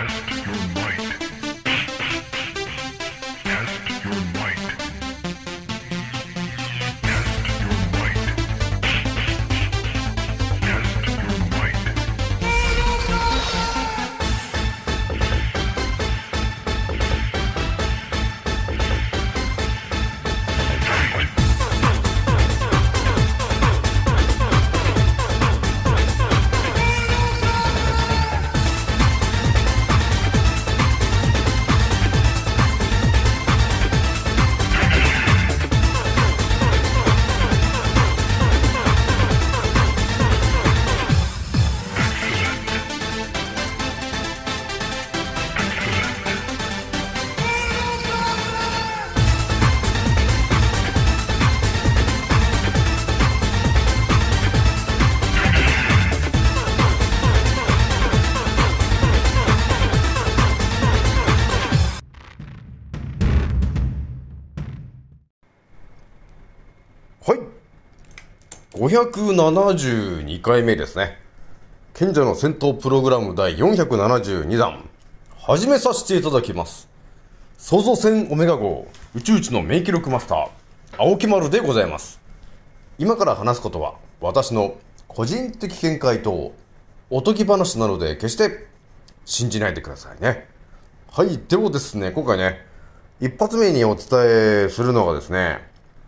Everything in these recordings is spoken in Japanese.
はい、572回目ですね。賢者の戦闘プログラム第472弾始めさせていただきます。創造船オメガ号宇宙一の名記録マスター青木丸でございます。今から話すことは私の個人的見解とおとぎ話なので決して信じないでくださいね。はい、ではですね、今回ね一発目にお伝えするのがですね、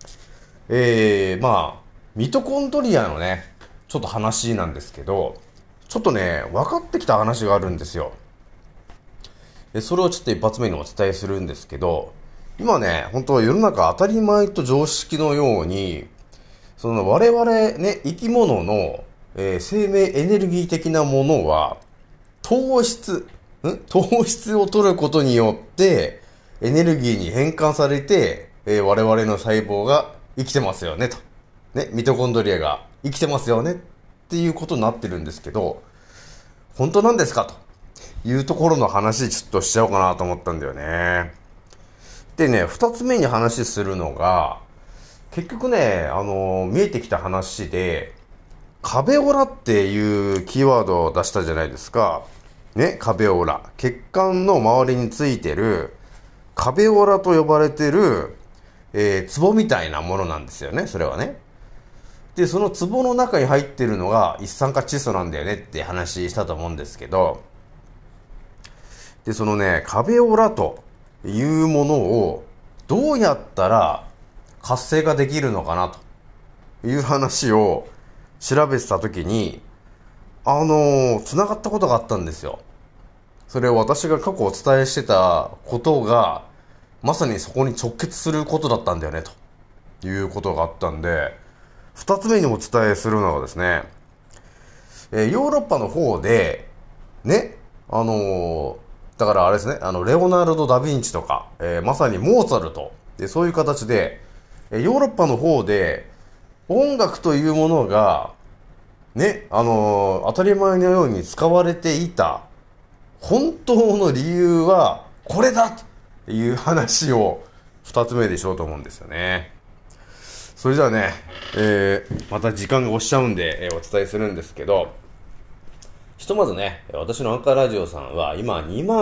ミトコンドリアのねちょっと話なんですけど、ちょっとね分かってきた話があるんですよ。それをちょっと一発目にお伝えするんですけど、今ね本当世の中当たり前と常識のようにその我々ね生き物の、生命エネルギー的なものは糖質を取ることによってエネルギーに変換されて、我々の細胞が生きてますよねと。ね、ミトコンドリアが生きてますよねっていうことになってるんですけど、本当なんですかというところの話ちょっとしちゃおうかなと思ったんだよね。でね、二つ目に話するのが、結局ね、見えてきた話で、壁オラっていうキーワードを出したじゃないですか。ね、壁オラ。血管の周りについてる、壁オラと呼ばれてる、壺みたいなものなんですよね、それはね。で、その壺の中に入ってるのが一酸化窒素なんだよねって話したと思うんですけど、で、そのね、壁オラというものをどうやったら活性化できるのかなという話を調べてたときに、繋がったことがあったんですよ。それを私が過去お伝えしてたことが、まさにそこに直結することだったんだよね、ということがあったんで、二つ目にお伝えするのはですね、ヨーロッパの方で、ね、だからあれですね、レオナルド・ダ・ヴィンチとか、まさにモーツァルト、そういう形で、ヨーロッパの方で、音楽というものが、ね、当たり前のように使われていた、本当の理由は、これだという話を、二つ目でしようと思うんですよね。それじゃあね、また時間が押しちゃうんで、お伝えするんですけど、ひとまずね、私のアンカーラジオさんは今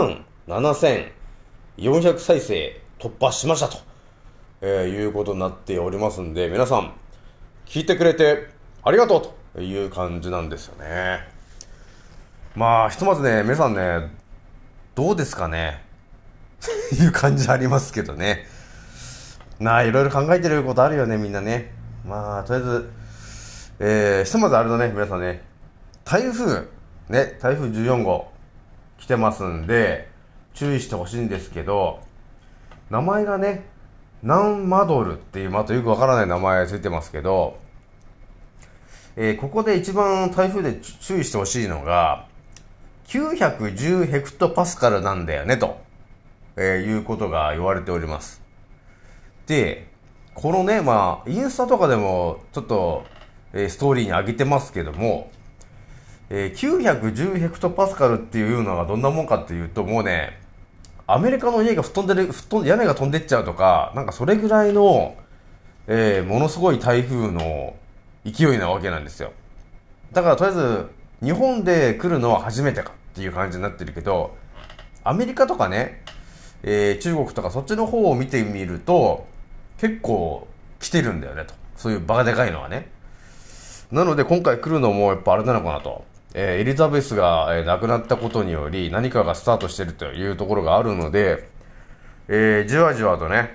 27,400再生突破しましたと、いうことになっておりますんで、皆さん聞いてくれてありがとうという感じなんですよね。まあひとまずね、皆さんねどうですかねいう感じありますけどね。いろいろ考えてることあるよね、みんなね。まあとりあえず、ひとまずあれだね、皆さんね、台風14号来てますんで注意してほしいんですけど、名前がねナンマドルっていう、またよくわからない名前ついてますけど、ここで一番台風で注意してほしいのが910ヘクトパスカルなんだよねと、いうことが言われております。で、このね、インスタとかでもちょっと、ストーリーに上げてますけども、910ヘクトパスカルっていうのがどんなもんかっていうと、もうね、アメリカの家が屋根が飛んでっちゃうとか、なんかそれぐらいの、ものすごい台風の勢いなわけなんですよ。だからとりあえず、日本で来るのは初めてかっていう感じになってるけど、 アメリカとかね、中国とかそっちの方を見てみると、結構来てるんだよねと。そういうバカでかいのはね。なので今回来るのもやっぱあれなのかなと。エリザベスが、亡くなったことにより何かがスタートしてるというところがあるので、じわじわとね、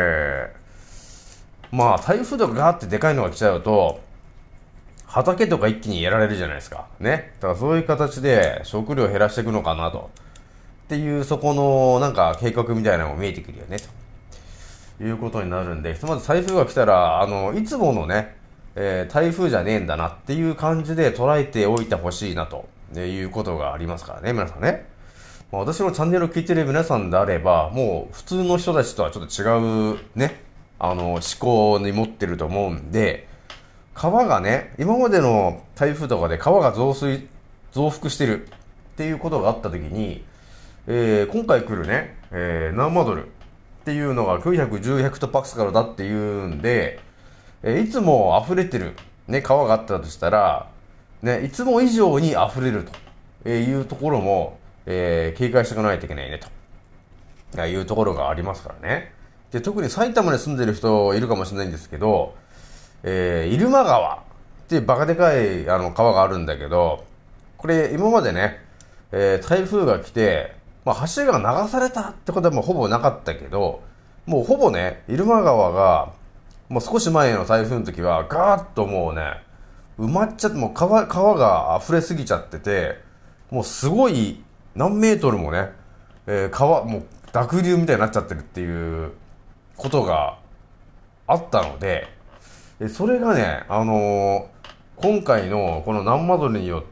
まあ台風とかガーってでかいのが来ちゃうと、畑とか一気にやられるじゃないですか。ね。だからそういう形で食料を減らしていくのかなと。っていう、そこのなんか計画みたいなのも見えてくるよね、ということになるんで、まず台風が来たら、いつものね、台風じゃねえんだなっていう感じで捉えておいてほしいなということがありますからね、皆さんね。まあ、私のチャンネルを聞いてる皆さんであれば、もう普通の人たちとはちょっと違うね、思考に持ってると思うんで、川がね、今までの台風とかで川が増幅してるっていうことがあった時に、今回来るね、何マドルっていうのが910ヘクトパスカルだっていうんで、いつも溢れてる、ね、川があったとしたら、ね、いつも以上に溢れるというところも、警戒していかないといけないねというところがありますからね。で、特に埼玉に住んでる人いるかもしれないんですけど、入間川っていうバカでかい川があるんだけど、これ今までね、台風が来て、まあ、橋が流されたってことはもうほぼなかったけど、もうほぼね、入間川が、もう少し前の台風の時はガーッともうね、埋まっちゃって、もう川が溢れすぎちゃってて、もうすごい何メートルもね、もう濁流みたいになっちゃってるっていうことがあったので、それがね、今回のこの難マドルによって、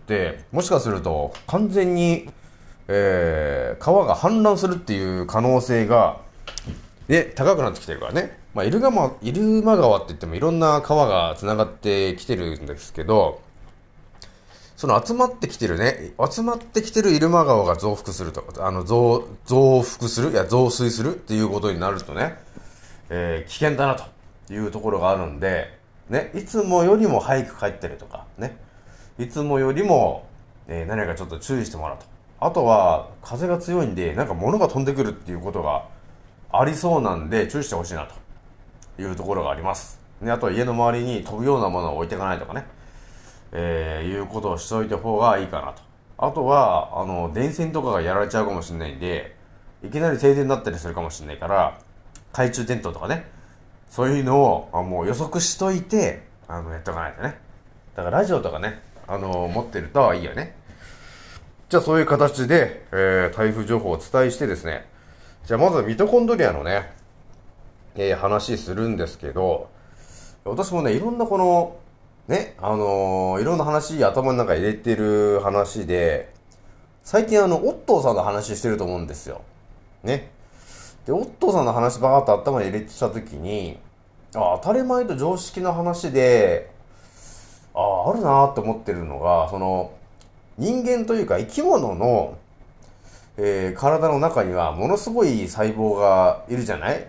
もしかすると完全に、川が氾濫するっていう可能性が、ね、高くなってきてるからね。まあ、入間川って言ってもいろんな川が繋がってきてるんですけど、その集まってきてる入間川が増幅すると、増水するっていうことになるとね、危険だなというところがあるんで、ね、いつもよりも早く帰ったりとか、ね、いつもよりも、何かちょっと注意してもらうと。あとは、風が強いんで、なんか物が飛んでくるっていうことがありそうなんで、注意してほしいなというところがあります。ね、あとは家の周りに飛ぶようなものを置いていかないとかね、いうことをしておいた方がいいかなと。あとは、電線とかがやられちゃうかもしれないんで、いきなり停電になったりするかもしれないから、懐中電灯とかね、そういうのをもう予測しといて、やっとかないとね。だからラジオとかね、持ってるといいよね。じゃあそういう形で、台風情報をお伝えしてですね、じゃあまずミトコンドリアのね、話するんですけど、私もね、いろんなこの、ね、いろんな話頭の中に入れてる話で、最近オットーさんの話してると思うんですよ。ね。で、オットーさんの話ばーっと頭に入れてたときに、当たり前と常識の話で、あるなーって思ってるのが、その、人間というか生き物の、体の中にはものすごい細胞がいるじゃない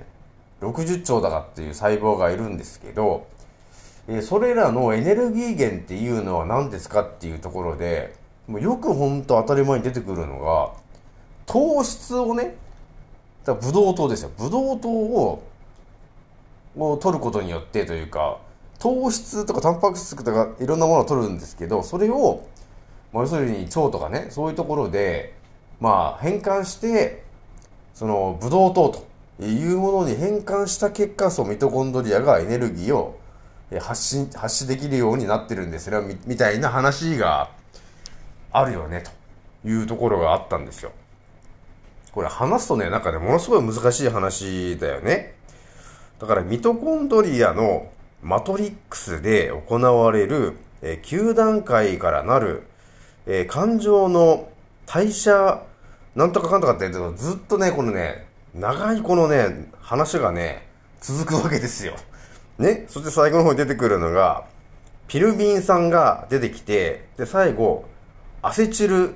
?60 兆だかっていう細胞がいるんですけど、それらのエネルギー源っていうのは何ですかっていうところで、もうよくほんと当たり前に出てくるのが、糖質をね、ブドウ糖ですよ。ブドウ糖を取ることによってというか、糖質とかタンパク質とかいろんなものを取るんですけど、それを、要するに腸とかね、そういうところで、変換して、そのブドウ糖というものに変換した結果、ミトコンドリアがエネルギーを発しできるようになってるんですね、みたいな話があるよね、というところがあったんですよ。これ話すとね、なんかね、ものすごい難しい話だよね。だからミトコンドリアのマトリックスで行われる、9段階からなる、感情の代謝、なんとかかんとかって言うと、ずっとね、このね、長いこのね、話がね、続くわけですよ。ね。そして最後の方に出てくるのが、ピルビン酸が出てきて、で、最後、アセチル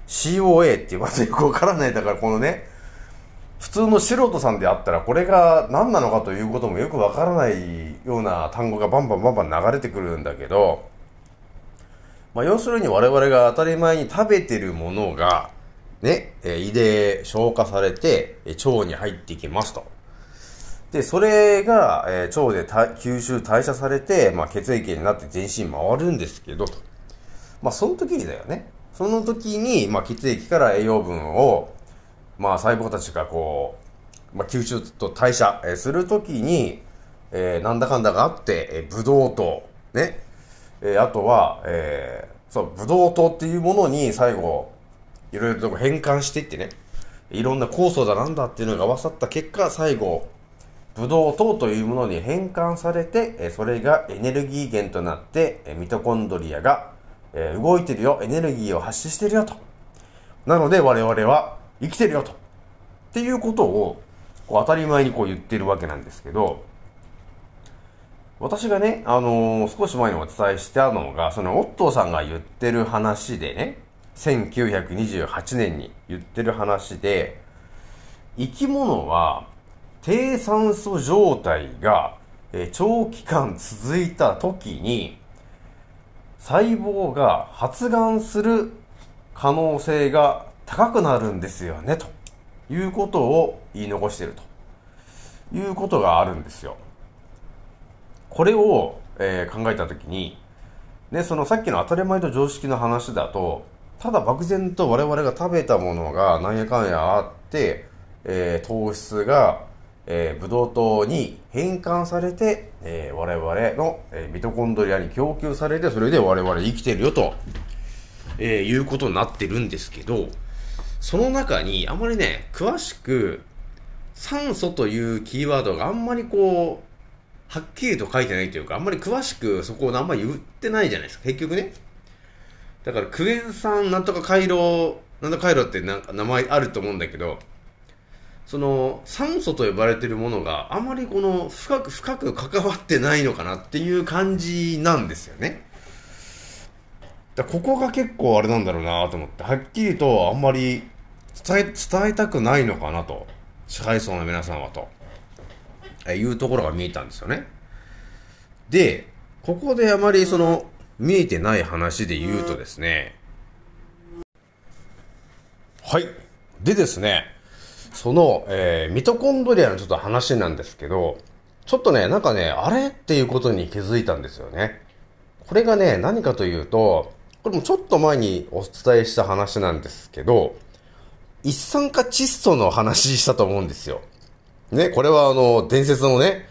COA っていう、まずよくわからない。だからこのね、普通の素人さんであったら、これが何なのかということもよくわからないような単語がバンバン流れてくるんだけど、要するに我々が当たり前に食べてるものが、 ね、胃で消化されて、腸に入ってきますと。で、それが、腸で吸収代謝されて、血液になって全身回るんですけど、と。その時にだよね。その時に、血液から栄養分を、細胞たちが吸収と代謝、する時に、なんだかんだがあって、ブドウ糖、ね。あとは、ブドウ糖っていうものに最後、いろいろと変換していってね、いろんな酵素だなんだっていうのが合わさった結果、最後、ブドウ糖というものに変換されて、それがエネルギー源となって、ミトコンドリアが動いてるよ、エネルギーを発信してるよと。なので我々は生きてるよと。っていうことを当たり前に言ってるわけなんですけど、私がね、少し前にお伝えしたのが、そのオットーさんが言ってる話でね、1928年に言ってる話で、生き物は低酸素状態が長期間続いた時に細胞が発がんする可能性が高くなるんですよねということを言い残しているということがあるんですよ。これを、考えた時に、ね、そのさっきの当たり前と常識の話だと、ただ漠然と我々が食べたものがなんやかんやあって、糖質がブドウ糖に変換されて、我々の、ミトコンドリアに供給されて、それで我々生きてるよと、いうことになってるんですけど、その中にあまりね、詳しく酸素というキーワードがあんまりはっきりと書いてないというか、あんまり詳しくそこをあんまり言ってないじゃないですか、結局ね。だからクエン酸なんとか回路、なんとか回路ってなんか名前あると思うんだけど、その酸素と呼ばれているものがあまり深く関わってないのかなっていう感じなんですよね。ここが結構あれなんだろうなと思って、はっきりとあんまり伝えたくないのかなと、支配層の皆さんはと、いうところが見えたんですよね。で、ここであまり見えてない話で言うとですね、はい。でですね、ミトコンドリアのちょっと話なんですけど、ちょっとね、あれっていうことに気づいたんですよね。これがね、何かというと、これもちょっと前にお伝えした話なんですけど、一酸化窒素の話したと思うんですよ。ね、これは伝説のね、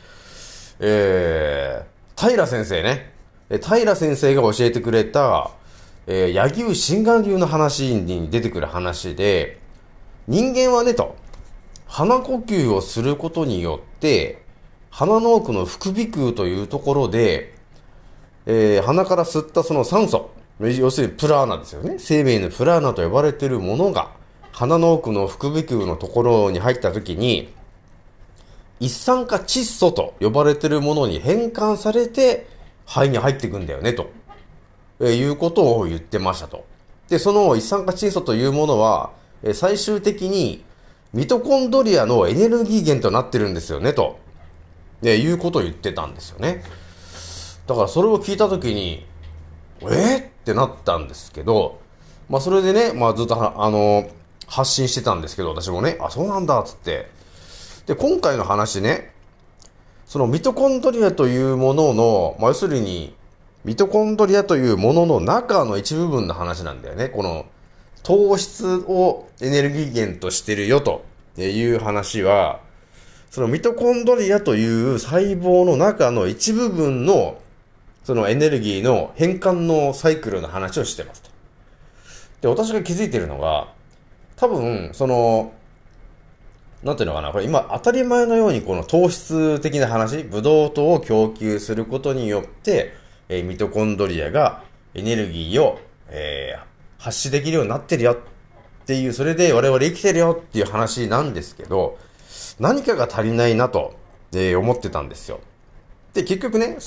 平先生ね。平先生が教えてくれた、柳生心眼流の話に出てくる話で、人間はねと、鼻呼吸をすることによって、鼻の奥の副鼻腔というところで、鼻から吸ったその酸素、要するにプラーナですよね。生命のプラーナと呼ばれているものが、鼻の奥の副鼻腔のところに入ったときに、一酸化窒素と呼ばれているものに変換されて、肺に入っていくんだよね、と、いうことを言ってましたと。で、その一酸化窒素というものは、最終的にミトコンドリアのエネルギー源となってるんですよね、と、いうことを言ってたんですよね。だからそれを聞いたときに、ってなったんですけど、それでね、ずっと発信してたんですけど、私もね、そうなんだ、つって。で、今回の話ね、そのミトコンドリアというものの、要するに、ミトコンドリアというものの中の一部分の話なんだよね。この、糖質をエネルギー源としてるよという話は、そのミトコンドリアという細胞の中の一部分の、そのエネルギーの変換のサイクルの話をしてますと。で、私が気づいているのが、多分、なんていうのかな、これ今当たり前のようにこの糖質的な話、ブドウ糖を供給することによって、ミトコンドリアがエネルギーを、発しできるようになってるよっていう、それで我々生きてるよっていう話なんですけど、何かが足りないなと、思ってたんですよ。で、結局ね、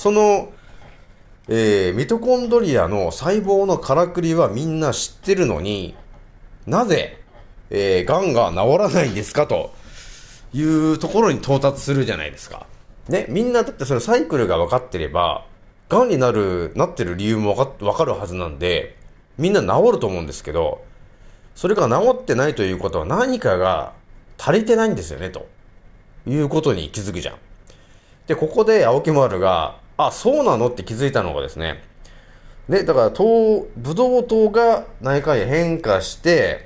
ミトコンドリアの細胞のからくりはみんな知ってるのに、なぜ、癌が治らないんですかというところに到達するじゃないですか。ね、みんなだってそのサイクルが分かってれば、癌になってる理由も分かるはずなんで、みんな治ると思うんですけど、 それが治ってないということは何かが足りてないんですよね、ということに気づくじゃん。で、ここで青木丸が、あ、そうなのって気づいたのがですね、ね、だからブドウ糖が内科へ変化して、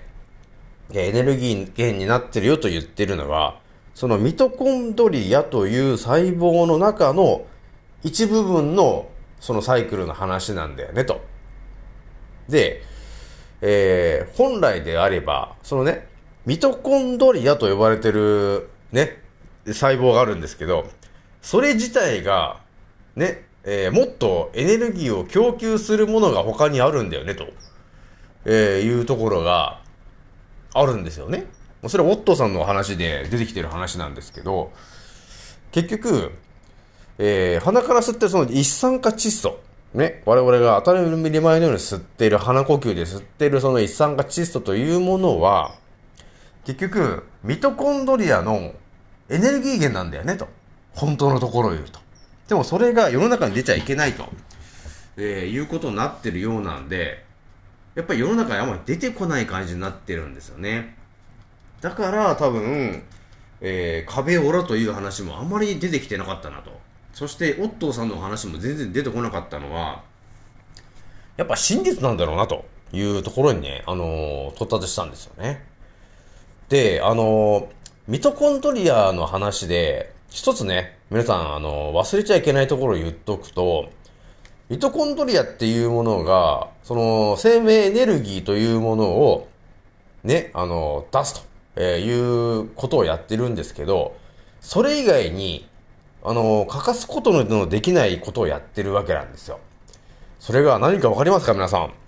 エネルギー源になってるよと言ってるのは、そのミトコンドリアという細胞の中の一部分のそのサイクルの話なんだよねと。で、本来であれば、そのね、ミトコンドリアと呼ばれてるね、細胞があるんですけど、それ自体がね、もっとエネルギーを供給するものが他にあるんだよねと、いうところがあるんですよね。それはオットーさんの話で出てきてる話なんですけど、結局、鼻から吸ってるその一酸化窒素。ね、我々が当たり前のように吸っている、鼻呼吸で吸っているその一酸化窒素というものは、結局、ミトコンドリアのエネルギー源なんだよねと。本当のところを言うと。でもそれが世の中に出ちゃいけないと、いうことになってるようなんで、やっぱり世の中にあんまり出てこない感じになってるんですよね。だから多分、壁オラという話もあんまり出てきてなかったなと。そしてオットーさんの話も全然出てこなかったのは、やっぱ真実なんだろうなというところにね、到達したんですよね。で、ミトコンドリアの話で、一つね、皆さん、忘れちゃいけないところを言っとくと、ミトコンドリアっていうものが、その生命エネルギーというものをね、出すということをやってるんですけど、それ以外に、欠かすことのできないことをやってるわけなんですよ。それが何かわかりますか皆さん。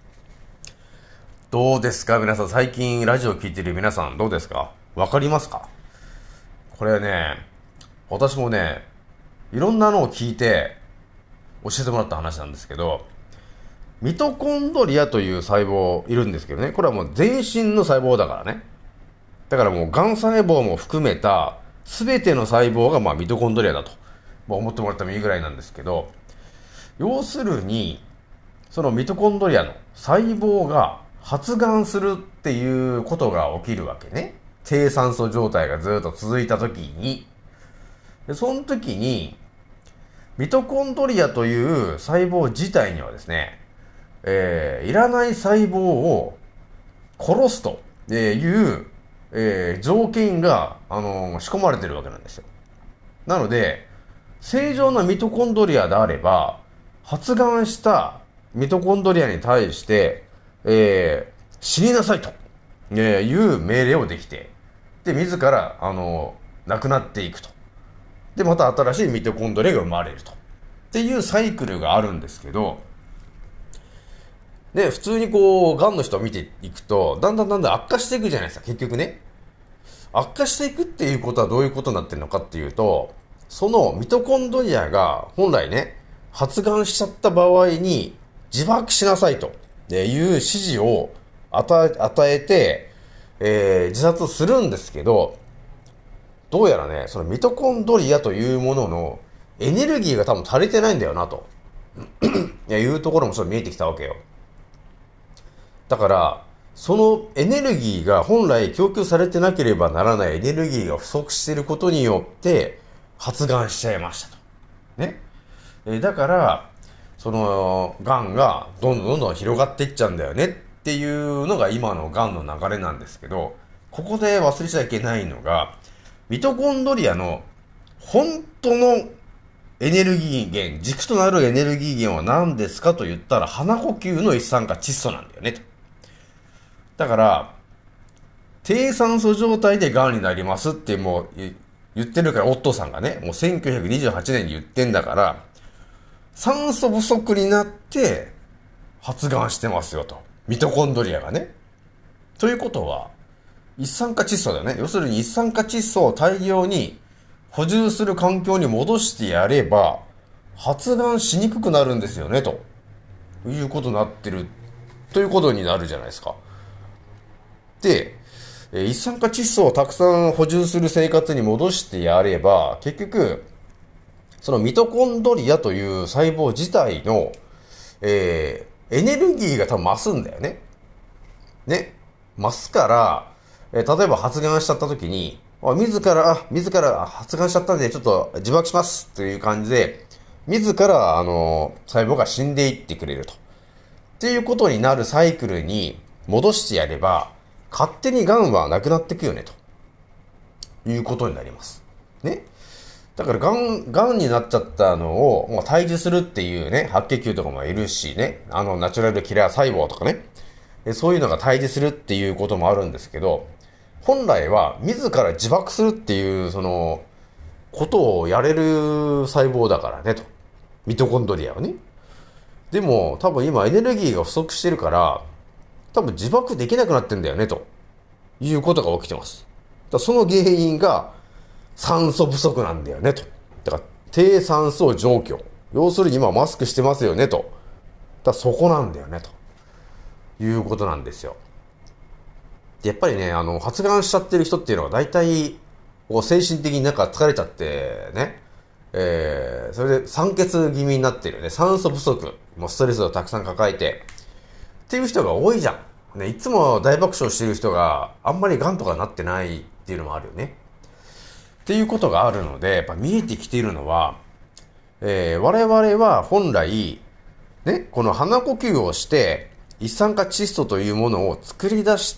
どうですか皆さん、最近ラジオ聞いてる皆さん、どうですかわかりますか？これね、私もね、いろんなのを聞いて教えてもらった話なんですけど、ミトコンドリアという細胞いるんですけどね、これはもう全身の細胞だからね。だからもう癌細胞も含めた全ての細胞がまあミトコンドリアだと、思ってもらってもいいぐらいなんですけど、要するにそのミトコンドリアの細胞が発がんするっていうことが起きるわけね。低酸素状態がずっと続いた時に、でその時にミトコンドリアという細胞自体にはですね、いらない細胞を殺すという、条件が、仕込まれてるわけなんですよ。なので、正常なミトコンドリアであれば、発がんしたミトコンドリアに対して、死になさいと、いう命令をできて、で、自ら、亡くなっていくと。で、また新しいミトコンドリアが生まれると。っていうサイクルがあるんですけど、で、普通にこう、癌の人を見ていくと、だんだん悪化していくじゃないですか、結局ね。悪化していくっていうことはどういうことになってるのかっていうと、そのミトコンドリアが本来ね、発がんしちゃった場合に自爆しなさいという指示を与えて、自殺するんですけど、どうやらね、そのミトコンドリアというもののエネルギーが多分足りてないんだよなというところもちょっと見えてきたわけよ。だから、そのエネルギーが本来供給されてなければならないエネルギーが不足していることによって発がんしちゃいましたと。ね。だから、その、癌がどんどん広がっていっちゃうんだよねっていうのが今の癌の流れなんですけど、ここで忘れちゃいけないのが、ミトコンドリアの本当のエネルギー源、軸となるエネルギー源は何ですかと言ったら、鼻呼吸の一酸化窒素なんだよねと。だから、低酸素状態で癌になりますってもう言ってるから、オットーさんがね、もう1928年に言ってんだから、酸素不足になって発がんしてますよと。ミトコンドリアがね。ということは、一酸化窒素だよね。要するに一酸化窒素を大量に補充する環境に戻してやれば、発がんしにくくなるんですよね、ということになってる、ということになるじゃないですか。で、一酸化窒素をたくさん補充する生活に戻してやれば、結局、そのミトコンドリアという細胞自体の、エネルギーが多分増すんだよね。ね。 ますから、例えば発がんしちゃった時に、自ら発がんしちゃったんでちょっと自爆しますという感じで、自ら、細胞が死んでいってくれると。っていうことになるサイクルに戻してやれば、勝手に癌はなくなっていくよね、ということになります。ね。だから癌になっちゃったのを、退治するっていうね、白血球とかもいるしね、ナチュラルキラー細胞とかね、そういうのが退治するっていうこともあるんですけど、本来は自ら自爆するっていう、ことをやれる細胞だからね、と。ミトコンドリアはね。でも、多分今エネルギーが不足してるから、多分自爆できなくなってんだよね、ということが起きてます。その原因が酸素不足なんだよね、と。だから、低酸素状況。要するに今マスクしてますよね、と。そこなんだよね、ということなんですよ。やっぱりね、発がんしちゃってる人っていうのは大体、精神的になんか疲れちゃってね、それで酸欠気味になってるね、酸素不足、もうストレスをたくさん抱えて、っていう人が多いじゃん。ね、いつも大爆笑してる人があんまり癌とかなってないっていうのもあるよね。っていうことがあるので、やっぱ見えてきているのは、我々は本来、ね、この鼻呼吸をして、一酸化窒素というものを作り出して、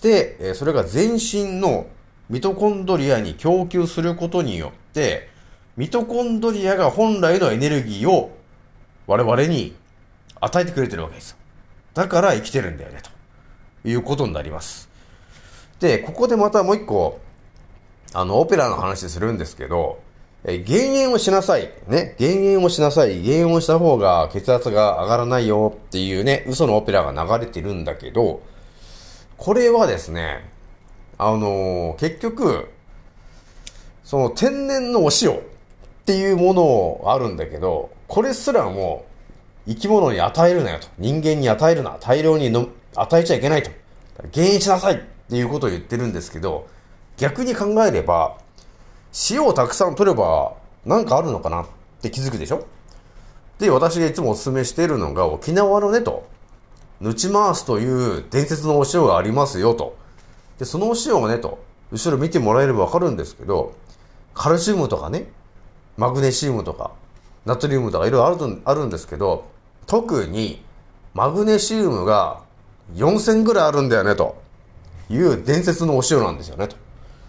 それが全身のミトコンドリアに供給することによって、ミトコンドリアが本来のエネルギーを我々に与えてくれてるわけですよ。だから生きてるんだよね、ということになります。で、ここでまたもう一個、オペラの話するんですけど、減塩をしなさい。ね。減塩をしなさい。減塩をした方が血圧が上がらないよっていうね、嘘のオペラが流れてるんだけど、これはですね、結局、その天然のお塩っていうものあるんだけど、これすらも生き物に与えるなよと。人間に与えるな。大量に与えちゃいけないと。減塩しなさいっていうことを言ってるんですけど、逆に考えれば、塩をたくさん取ればなんかあるのかなって気づくでしょ。で、私がいつもお勧めしているのが沖縄のねと、ヌチマースという伝説のお塩がありますよと。で、そのお塩がねと、後ろ見てもらえればわかるんですけど、カルシウムとかね、マグネシウムとか、ナトリウムとかいろいろあるんですけど、特にマグネシウムが4000ぐらいあるんだよねという伝説のお塩なんですよねと。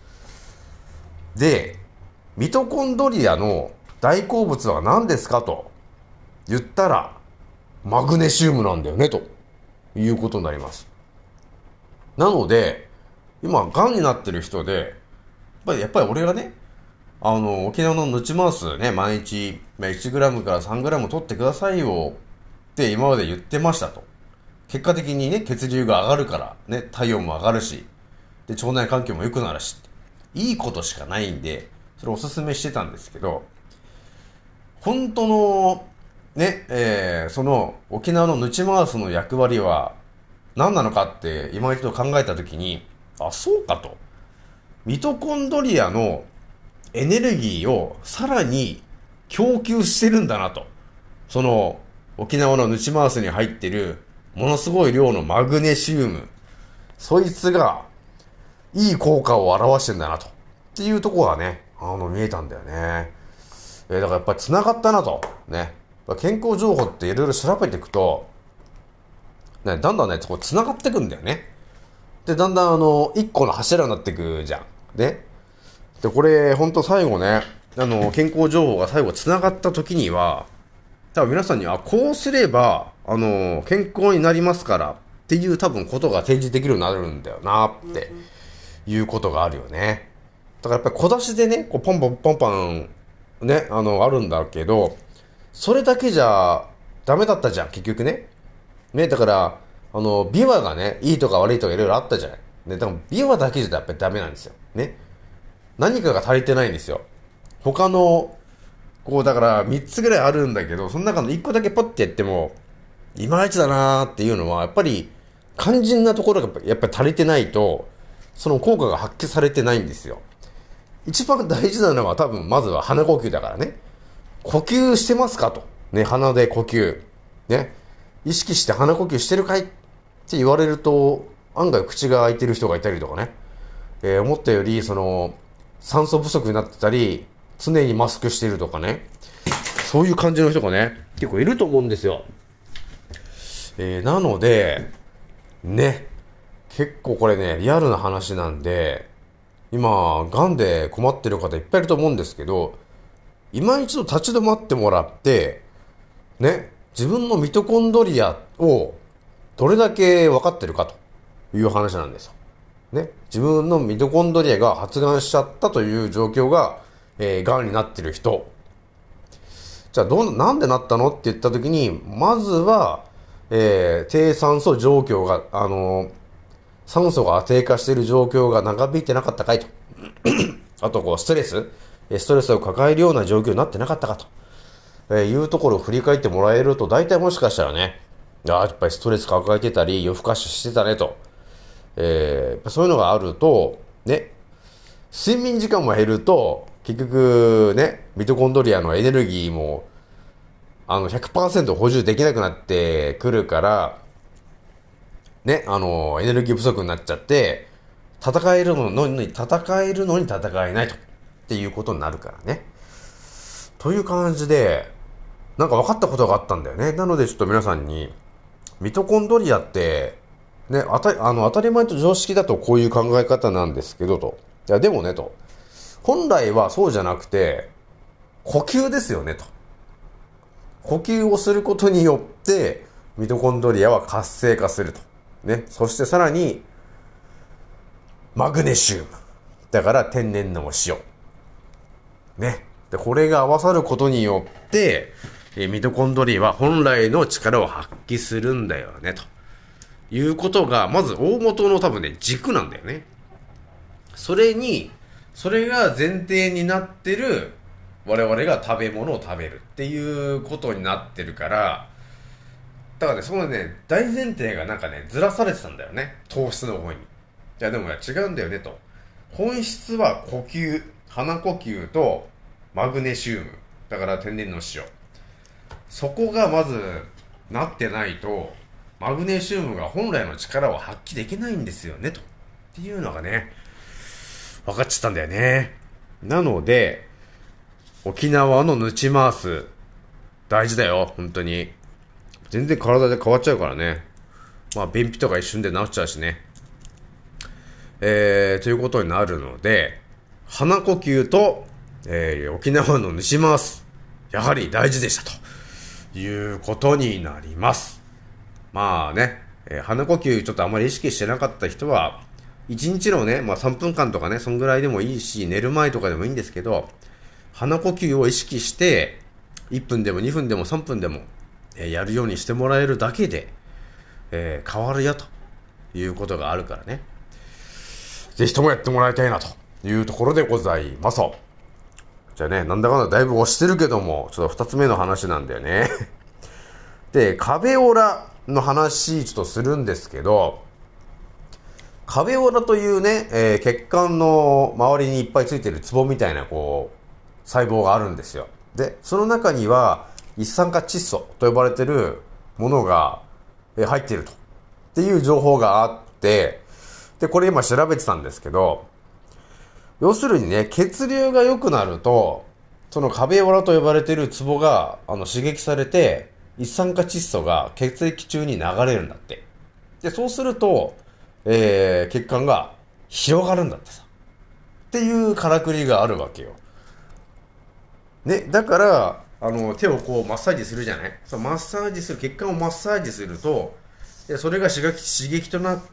で、ミトコンドリアの大好物は何ですかと言ったら、マグネシウムなんだよねということになります。なので、今、癌になってる人で、やっぱり俺がね、沖縄のヌチマウスね、毎日、1g から 3g 取ってくださいよって今まで言ってましたと。結果的にね、血流が上がるから、ね、体温も上がるし、で、腸内環境も良くなるし、いいことしかないんで、それをお勧めしてたんですけど、本当の、ね、その沖縄のヌチマウスの役割は何なのかって今一度考えたときに、あ、そうかと。ミトコンドリアのエネルギーをさらに供給してるんだなと。その沖縄のヌチマウスに入ってるものすごい量のマグネシウム。そいつがいい効果を表してんだなと。っていうところがね、見えたんだよね。だからやっぱり繋がったなと。ね。健康情報っていろいろ調べていくと、ね、だんだんね、こう繋がっていくんだよね。で、だんだん一個の柱になっていくじゃん。ね。で、これ、ほんと最後ね、健康情報が最後繋がった時には、多分皆さんに、こうすれば、健康になりますからっていう多分ことが提示できるようになるんだよなっていうことがあるよね。だからやっぱり小出しでね、こうポンポンポンポンね、あるんだけど、それだけじゃダメだったじゃん、結局ね。ね、だから、ビワがね、いいとか悪いとかいろいろあったじゃない。ね、だからビワだけじゃやっぱりダメなんですよ。ね。何かが足りてないんですよ。他の、だから3つぐらいあるんだけど、その中の1個だけポッてやっても、いまいちだなーっていうのは、やっぱり、肝心なところがやっぱり足りてないと、その効果が発揮されてないんですよ。一番大事なのは多分、まずは鼻呼吸だからね。呼吸してますかと。ね、鼻で呼吸。ね。意識して鼻呼吸してるかいって言われると、 案外口が開いてる人がいたりとかね、思ったより酸素不足になってたり、常にマスクしているとかね、そういう感じの人がね、結構いると思うんですよ。なので、ね、結構これね、リアルな話なんで、今、癌で困ってる方いっぱいいると思うんですけど、今一度立ち止まってもらって、ね、自分のミトコンドリアをどれだけ分かってるかという話なんですよ。ね、自分のミトコンドリアが発がんしちゃったという状況が、癌になってる人。じゃあなんでなったのって言った時に、まずは、低酸素状況が、酸素が低下している状況が長引いてなかったかいと。あと、ストレスを抱えるような状況になってなかったかと、いうところを振り返ってもらえると、大体もしかしたらね、やっぱりストレス抱えてたり、夜更かししてたねと。そういうのがあると、ね、睡眠時間も減ると、結局ね、ミトコンドリアのエネルギーも、100% 補充できなくなってくるから、ね、エネルギー不足になっちゃって、戦えるのに戦えないと。っていうことになるからね。という感じで、なんか分かったことがあったんだよね。なのでちょっと皆さんに、ミトコンドリアって、ね、当たり前と常識だとこういう考え方なんですけど、と。いや、でもね、と。本来はそうじゃなくて、呼吸ですよね、と。呼吸をすることによって、ミトコンドリアは活性化すると。ね。そしてさらに、マグネシウム。だから天然の塩。ね。で、これが合わさることによって、ミトコンドリアは本来の力を発揮するんだよね、ということが、まず大元の多分ね、軸なんだよね。それが前提になってる、我々が食べ物を食べるっていうことになってるから、だからね、そのね、大前提がなんかね、ずらされてたんだよね。糖質の方に。いや、でも違うんだよね、と。本質は呼吸、鼻呼吸とマグネシウム。だから天然の塩。そこがまずなってないと、マグネシウムが本来の力を発揮できないんですよね、と。っていうのがね、分かっちゃったんだよね。なので、沖縄のヌチマース、大事だよ、本当に。全然体で変わっちゃうからね。まあ、便秘とか一瞬で治っちゃうしね。ということになるので、鼻呼吸と、沖縄のヌチマース、やはり大事でしたということになります。まあね、鼻呼吸ちょっとあまり意識してなかった人は、1日のね、まあ3分間とかね、そんぐらいでもいいし、寝る前とかでもいいんですけど、鼻呼吸を意識して、1分でも2分でも3分でも、やるようにしてもらえるだけで、変わるよということがあるからね。ぜひともやってもらいたいなというところでございます。じゃあね、なんだかんだだいぶ押してるけども、ちょっと2つ目の話なんだよね。で、壁オラの話ちょっとするんですけど、壁オラというね、血管の周りにいっぱいついてるツボみたいな細胞があるんですよ。で、その中には一酸化窒素と呼ばれてるものが入っていると。っていう情報があって、で、これ今調べてたんですけど、要するにね、血流が良くなると、その壁オラと呼ばれているツボが刺激されて、一酸化窒素が血液中に流れるんだって。で、そうすると、血管が広がるんだってさ。っていうからくりがあるわけよ。ね、だから、手をマッサージするじゃない？そう、マッサージする、血管をマッサージすると、それが刺激となって、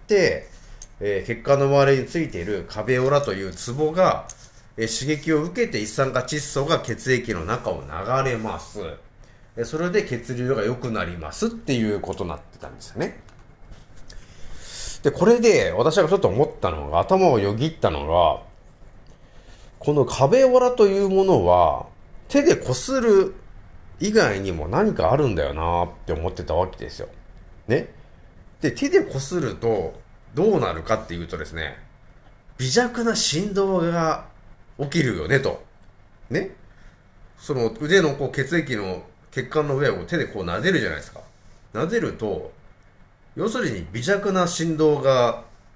血管の周りについている壁オラというツボが、刺激を受けて一酸化窒素が血液の中を流れます。それで血流が良くなりますっていうことになってたんですよね。で、これで私がちょっと思ったのが、頭をよぎったのが、この壁オラというものは、手で擦る以外にも何かあるんだよなって思ってたわけですよ。ね。で、手で擦るとどうなるかっていうとですね、微弱な振動が起きるよねと。ね。その腕の血液の血管の上を手で撫でるじゃないですか。撫でると、要するに微弱な振動が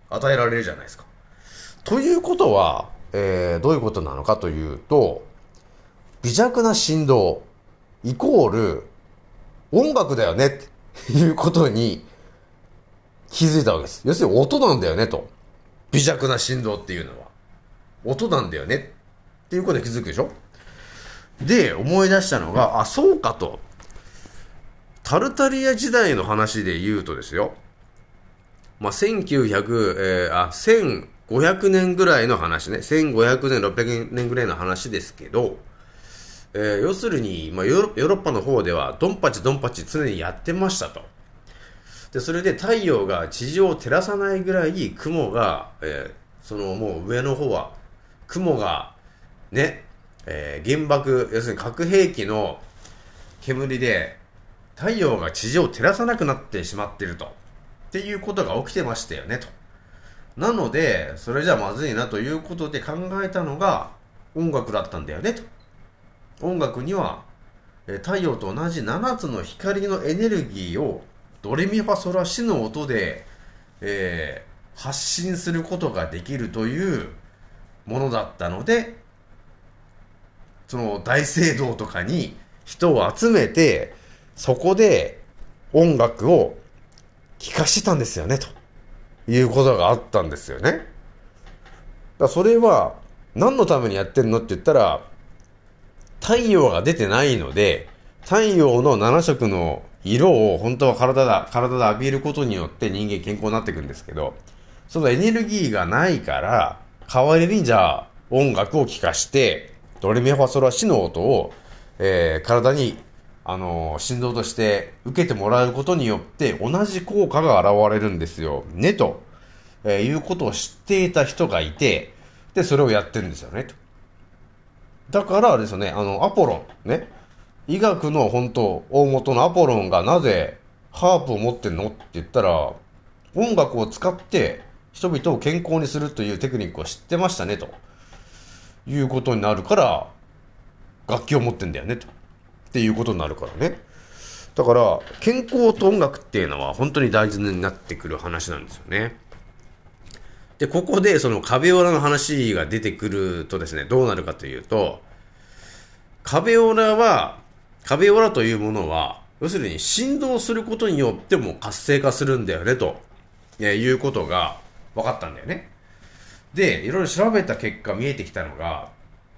与えられるじゃないですか。ということは、どういうことなのかというと、微弱な振動イコール音楽だよねっていうことに気づいたわけです。要するに音なんだよねと。微弱な振動っていうのは音なんだよねっていうことに気づくでしょ。で、思い出したのが、そうかと。タルタリア時代の話で言うとですよ。1500年ぐらいの話ね。1500年、600年ぐらいの話ですけど、要するに、ヨーロッパの方ではドンパチ常にやってましたと。で、それで太陽が地上を照らさないぐらい雲が、もう上の方は雲がね、原爆、要するに核兵器の煙で太陽が地上を照らさなくなってしまっていると。っていうことが起きてましたよねと。なので、それじゃまずいなということで考えたのが音楽だったんだよねと。音楽には太陽と同じ7つの光のエネルギーをドレミファソラシの音で、発信することができるというものだったので、その大聖堂とかに人を集めて、そこで音楽を聴かしてたんですよねということがあったんですよね。だからそれは何のためにやってるのって言ったら、太陽が出てないので、太陽の7色の色を本当は体で浴びることによって人間健康になっていくんですけど、そのエネルギーがないから、代わりにじゃあ音楽を聴かして、ドレミファソラシの音を、体に振動として受けてもらうことによって同じ効果が現れるんですよねと、いうことを知っていた人がいて、でそれをやってるんですよねと。だからですね、アポロンね、医学の本当大元のアポロンがなぜハープを持ってんのって言ったら、音楽を使って人々を健康にするというテクニックを知ってましたねということになるから、楽器を持ってんだよねとっていうことになるからね。だから健康と音楽っていうのは本当に大事になってくる話なんですよね。で、ここでそのカベオラの話が出てくるとですね、どうなるかというと、カベオラというものは、要するに振動することによっても活性化するんだよね、ということが分かったんだよね。で、いろいろ調べた結果見えてきたのが、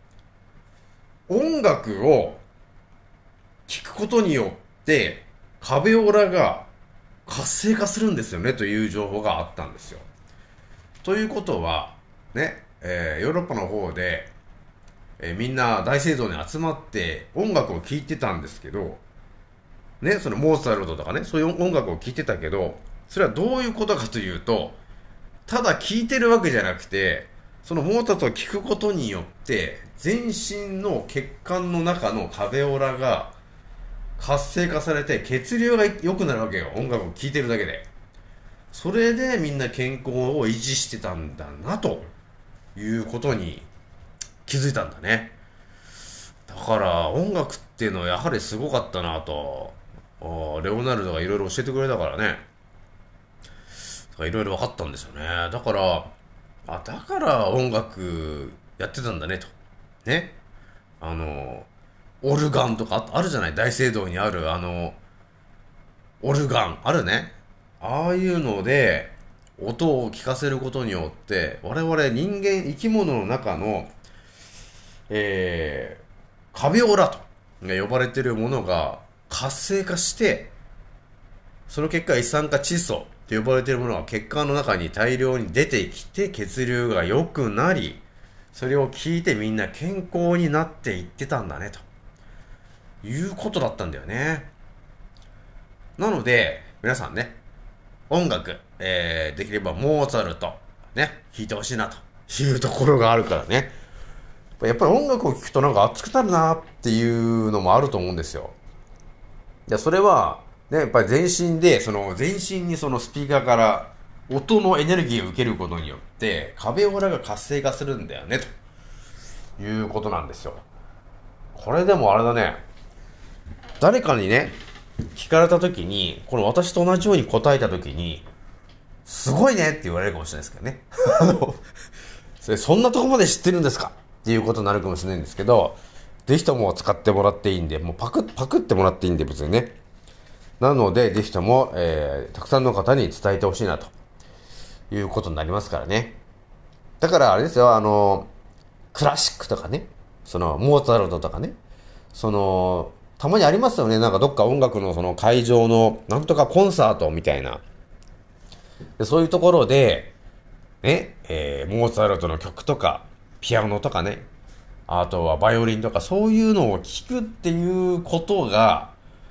音楽を聴くことによって、カベオラが活性化するんですよね、という情報があったんですよ。ということは、ね、ヨーロッパの方で、みんな大聖堂に集まって音楽を聴いてたんですけど、ね、そのモーツァルトとかね、そういう音楽を聴いてたけど、それはどういうことかというと、ただ聴いてるわけじゃなくて、そのモーツァルトを聴くことによって、全身の血管の中のカベオラが活性化されて血流が良くなるわけよ、音楽を聴いてるだけで。それでみんな健康を維持してたんだなということに気づいたんだね。だから音楽っていうのはやはりすごかったなと、レオナルドがいろいろ教えてくれたからね、いろいろ分かったんですよね。だから音楽やってたんだねとね。オルガンとかあるじゃない、大聖堂にあるオルガンあるね。ああいうので音を聞かせることによって我々人間生き物の中の、カビオラと呼ばれているものが活性化して、その結果一酸化窒素と呼ばれているものが血管の中に大量に出てきて血流が良くなり、それを聞いてみんな健康になっていってたんだねということだったんだよね。なので皆さんね、音楽、できればモーツァルトね弾いてほしいなというところがあるからね。やっぱり音楽を聴くとなんか熱くなるなっていうのもあると思うんですよ。いや、それはね、やっぱり全身にそのスピーカーから音のエネルギーを受けることによってカベオラが活性化するんだよねということなんですよ。これでもあれだね、誰かにね聞かれた時に、この私と同じように答えた時に、 すごいねって言われるかもしれないですけどね。そんなとこまで知ってるんですかっていうことになるかもしれないんですけど、ぜひとも使ってもらっていいんで、もうパクってもらっていいんで、別にね。なので、ぜひとも、たくさんの方に伝えてほしいなということになりますからね。だからあれですよ、クラシックとかね、モーツァルトとかね、たまにありますよね。なんかどっか音楽の会場のなんとかコンサートみたいな。でそういうところで、ね、モーツァルトの曲とか、ピアノとかね、あとはバイオリンとか、そういうのを聴くっていうことが、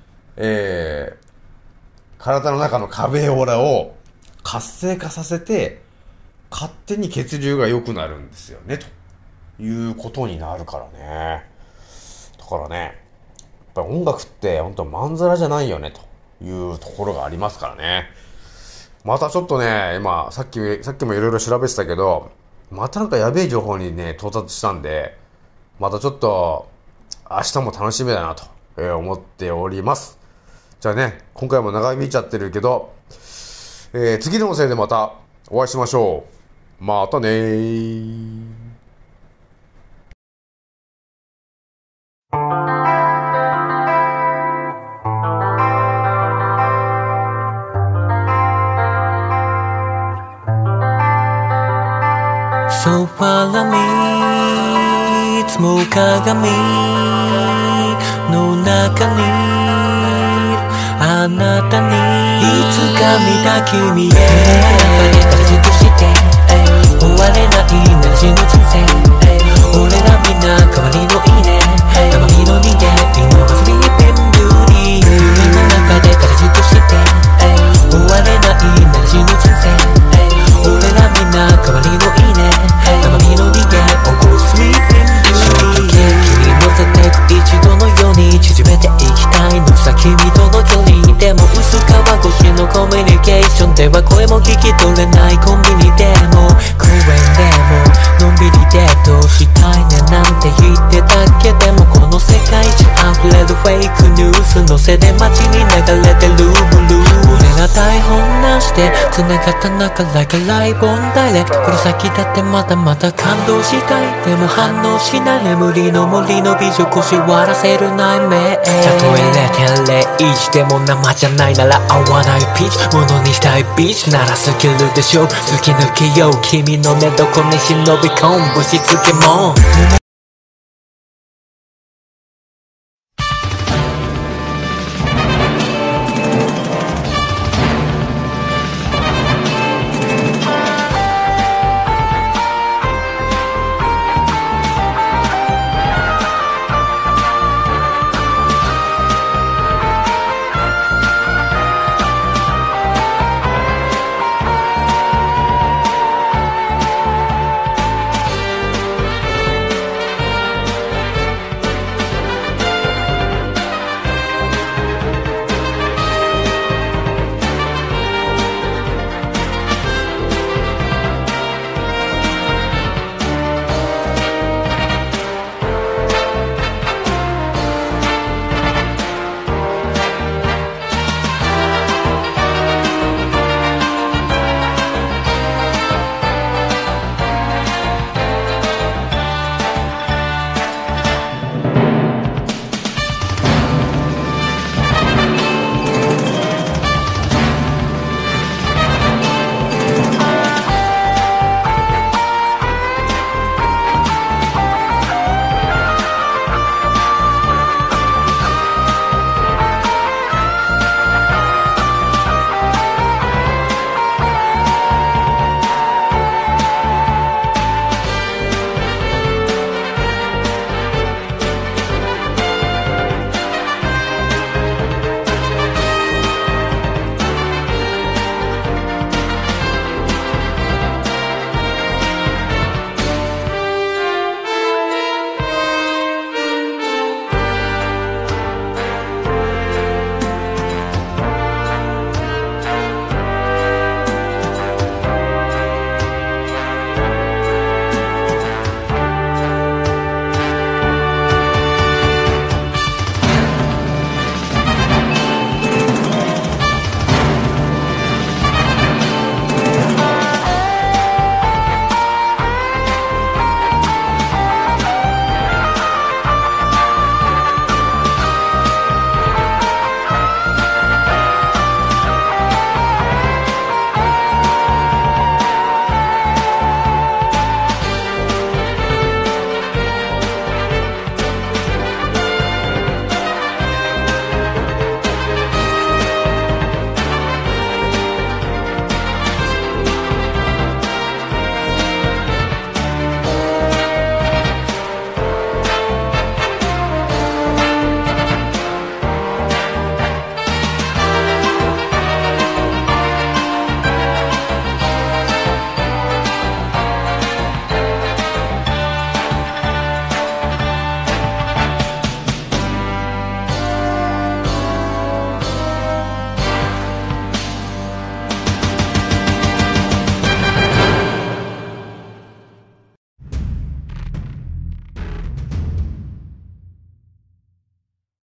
体の中のカベオラを活性化させて、勝手に血流が良くなるんですよね、ということになるからね。だからね、やっぱり音楽って本当まんざらじゃないよね、というところがありますからね。またちょっとね、今、さっきもいろいろ調べてたけど、またなんかやべえ情報にね、到達したんで、またちょっと、明日も楽しみだなと、思っております。じゃあね、今回も長引いちゃってるけど、次の音声でまたお会いしましょう。またねー。 ソファラ見つも鏡の中にあなたにいつか見た君へ中で形として終われないなしの人生俺らみんな代わりのいいね生身の人間今はスリーピングリー夢の中で形として終われないなしの人生俺らみんな代わりのいいね生身の人間をこうスリーピングショートケーキに乗せてく一度のように縮めていきたいのさ君との距離でも薄皮越しのコミュニケーションでは声も聞き取れないコンビニでも公園でものんびりデートしたいねなんて言ってたけでもこの世界中溢れるフェイクニュースのせで街に流れてるブルー俺ら台本なしで繋がった中 like a live on direct この先だってまだまだ感動したいでも反応しない眠りの森の美女腰割らせる内面たとえ 0.01 でも生じゃないなら合わないピーチものにしたいビーチならスキルでしょ突き抜けよう君の寝床に忍び込むぶしつけも